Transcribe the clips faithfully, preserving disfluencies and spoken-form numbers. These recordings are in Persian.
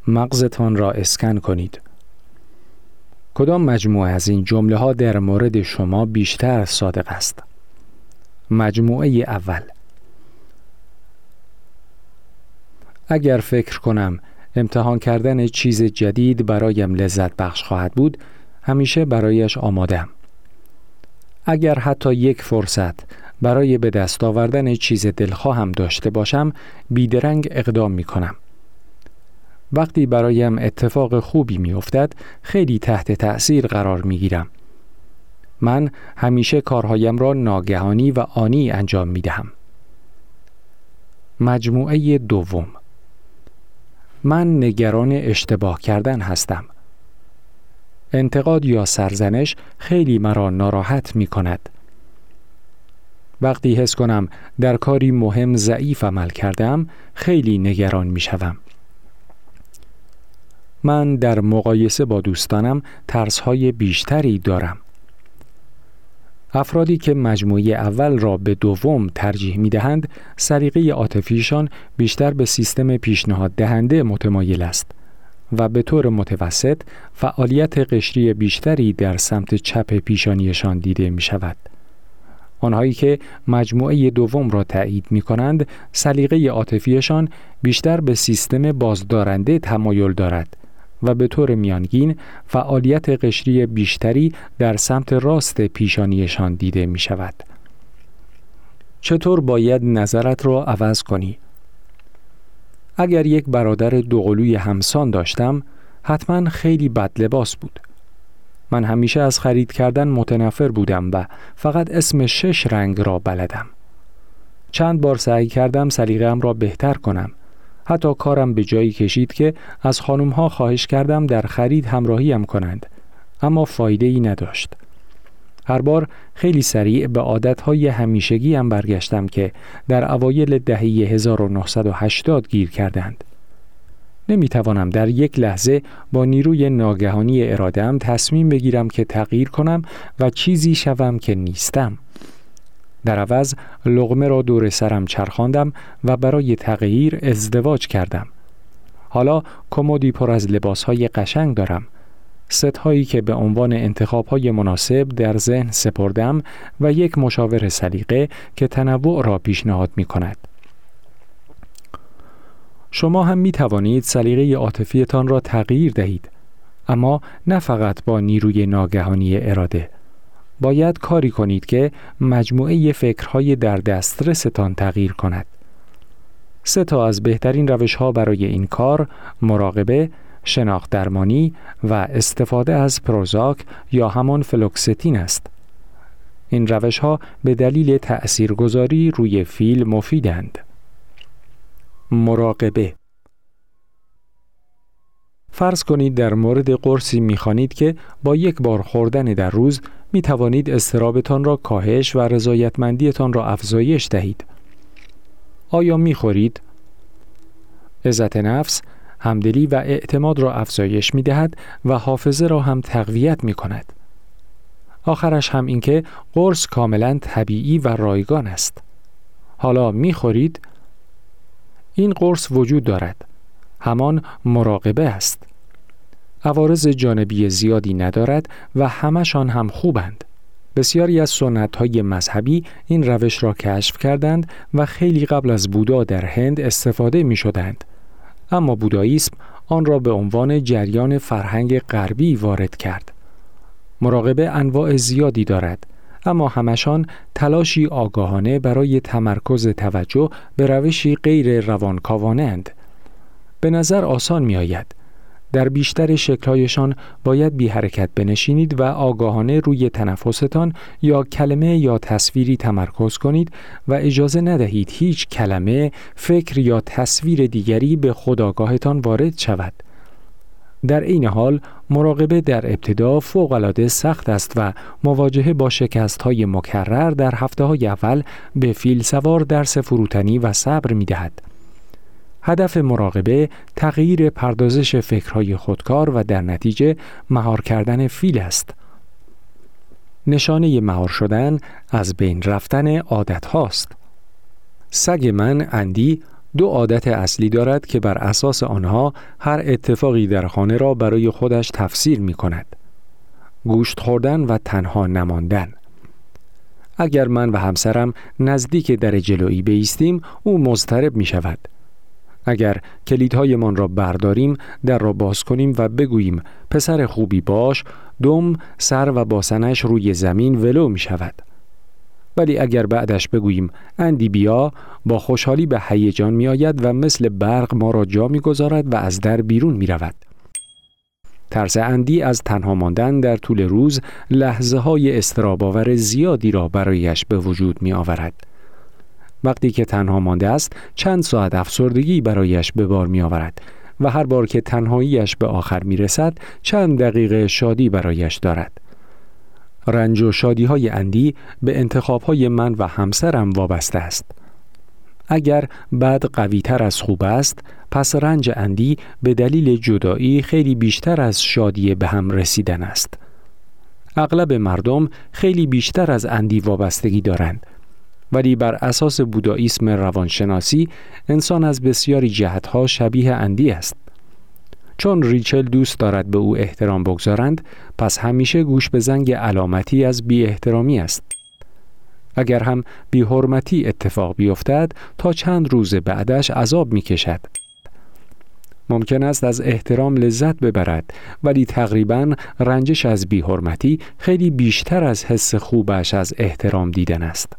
مغزتان را اسکن کنید. کدام مجموعه از این جمله ها در مورد شما بیشتر صادق است؟ مجموعه اول: اگر فکر کنم امتحان کردن چیز جدید برایم لذت بخش خواهد بود، همیشه برایش آمادم. اگر حتی یک فرصت برای به دست آوردن چیز دلخواهم داشته باشم، بیدرنگ اقدام می کنم. وقتی برایم اتفاق خوبی می افتد، خیلی تحت تأثیر قرار می گیرم. من همیشه کارهایم را ناگهانی و آنی انجام می دهم. مجموعه دوم: من نگران اشتباه کردن هستم. انتقاد یا سرزنش خیلی مرا ناراحت می کند. وقتی حس کنم در کاری مهم ضعیف عمل کردم، خیلی نگران می شوم. من در مقایسه با دوستانم ترس‌های بیشتری دارم. افرادی که مجموعه اول را به دوم ترجیح می دهند، سلیقه عاطفیشان بیشتر به سیستم پیشنهاد دهنده متمایل است و به طور متوسط فعالیت قشری بیشتری در سمت چپ پیشانیشان دیده می شود. آنهایی که مجموعه دوم را تایید می کنند، سلیقه عاطفیشان بیشتر به سیستم بازدارنده تمایل دارد و به طور میانگین فعالیت قشری بیشتری در سمت راست پیشانیشان دیده می شود. چطور باید نظرت را عوض کنی؟ اگر یک برادر دوقلوی همسان داشتم، حتما خیلی بد لباس بود. من همیشه از خرید کردن متنفر بودم و فقط اسم شش رنگ را بلدم. چند بار سعی کردم سلیقه‌ام را بهتر کنم. حتی کارم به جایی کشید که از خانم‌ها خواهش کردم در خرید همراهیم کنند، اما فایده ای نداشت. هر بار خیلی سریع به عادتهای همیشگیم برگشتم که در اوایل دهه هزار و نهصد و هشتاد گیر کردند. نمیتوانم در یک لحظه با نیروی ناگهانی اراده‌ام تصمیم بگیرم که تغییر کنم و چیزی شوم که نیستم. در عوض لقمه را دور سرم چرخاندم و برای تغییر ازدواج کردم. حالا کمدی پر از لباسهای قشنگ دارم. ست‌هایی که به عنوان انتخاب‌های مناسب در ذهن سپردم و یک مشاور سلیقه که تنوع را پیشنهاد می‌کند. شما هم می توانید سلیقه عاطفیتان را تغییر دهید، اما نه فقط با نیروی ناگهانی اراده. باید کاری کنید که مجموعه فکرهای در دسترستان تغییر کند. سه تا از بهترین روش‌ها برای این کار مراقبه، شناخت درمانی و استفاده از پروزاک یا همان فلوکستین است. این روش‌ها به دلیل تأثیرگذاری روی فیل مفیدند. مراقبه. فرض کنید در مورد قرصی می‌خوانید که با یک بار خوردن در روز می توانید اضطرابتان را کاهش و رضایتمندیتان را افزایش دهید. آیا می خورید؟ عزت نفس، همدلی و اعتماد را افزایش می دهد و حافظه را هم تقویت می کند. آخرش هم این که قرص کاملا طبیعی و رایگان است. حالا می خورید؟ این قرص وجود دارد. همان مراقبه است. عوارض جانبی زیادی ندارد و همشان هم خوبند. بسیاری از سنت‌های مذهبی این روش را کشف کردند و خیلی قبل از بودا در هند استفاده می‌شدند. اما بوداییسم آن را به عنوان جریان فرهنگ غربی وارد کرد. مراقبه انواع زیادی دارد، اما همشان تلاشی آگاهانه برای تمرکز توجه به روشی غیر روانکاوانه‌اند. به نظر آسان می آید. در بیشتر شکل‌هایشان باید بی حرکت بنشینید و آگاهانه روی تنفستان یا کلمه یا تصویری تمرکز کنید و اجازه ندهید هیچ کلمه، فکر یا تصویر دیگری به خودآگاهتان وارد شود. در این حال مراقبه در ابتدا فوق‌العاده سخت است و مواجهه با شکست‌های مکرر در هفته‌های اول به فیل سوار درس فروتنی و صبر می‌دهد. هدف مراقبه تغییر پردازش فکرهای خودکار و در نتیجه مهار کردن فیل است. نشانه مهار شدن از بین رفتن عادت هاست. سگ من اندی دو عادت اصلی دارد که بر اساس آنها هر اتفاقی در خانه را برای خودش تفسیر می کند. گوشت خوردن و تنها نماندن. اگر من و همسرم نزدیک در جلویی بایستیم، او مضطرب می شود. اگر کلیدهایمان را برداریم، در را باز کنیم و بگوییم پسر خوبی باش، دم، سر و باسنش روی زمین ولو می شود. ولی اگر بعدش بگوییم اندی بیا، با خوشحالی به هیجان می آید و مثل برق ما را جا می گذارد و از در بیرون می رود. ترس اندی از تنها ماندن در طول روز لحظه های اضطراب‌آور زیادی را برایش به وجود می آورد. وقتی که تنها مانده است، چند ساعت افسردگی برایش به بار می آورد و هر بار که تنهاییش به آخر می رسد، چند دقیقه شادی برایش دارد. رنج و شادی های اندی به انتخاب های من و همسرم وابسته است. اگر بد قوی تر از خوب است، پس رنج اندی به دلیل جدایی خیلی بیشتر از شادی به هم رسیدن است. اغلب مردم خیلی بیشتر از اندی وابستگی دارند، ولی بر اساس بودائیسم روانشناسی انسان از بسیاری جهتها شبیه اندی است. چون ریچل دوست دارد به او احترام بگذارند، پس همیشه گوش به زنگ علامتی از بی احترامی است. اگر هم بی حرمتی اتفاق بیفتد، تا چند روز بعدش عذاب می کشد. ممکن است از احترام لذت ببرد، ولی تقریباً رنجش از بی حرمتی خیلی بیشتر از حس خوبش از احترام دیدن است.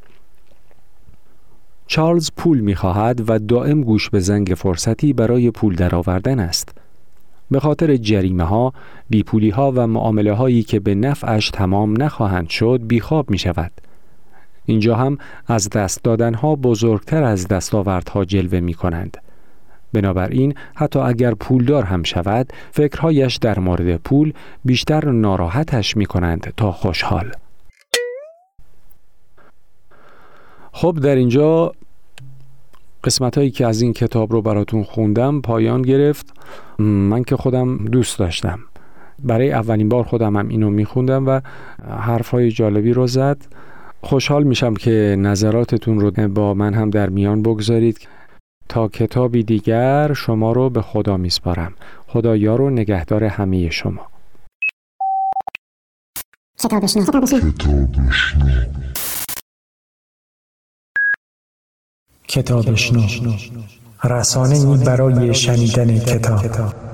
چارلز پول می خواهد و دائم گوش به زنگ فرصتی برای پول درآوردن است. به خاطر جریمه ها، بیپولی ها و معامله هایی که به نفعش تمام نخواهند شد بیخواب می شود. اینجا هم از دست دادن ها بزرگتر از دستاوردها جلوه می کنند. بنابراین حتی اگر پولدار هم شود، فکرهایش در مورد پول بیشتر ناراحتش می کنند تا خوشحال. خب در اینجا قسمت هایی که از این کتاب رو براتون خوندم پایان گرفت. من که خودم دوست داشتم. برای اولین بار خودم هم اینو میخوندم و حرفای جالبی رو زد. خوشحال میشم که نظراتتون رو با من هم در میان بگذارید. تا کتابی دیگر شما رو به خدا میسپارم. خدا یار و نگهدار همه شما. کتابشنو کتابشنو رسانه‌ای برای شنیدن کتاب.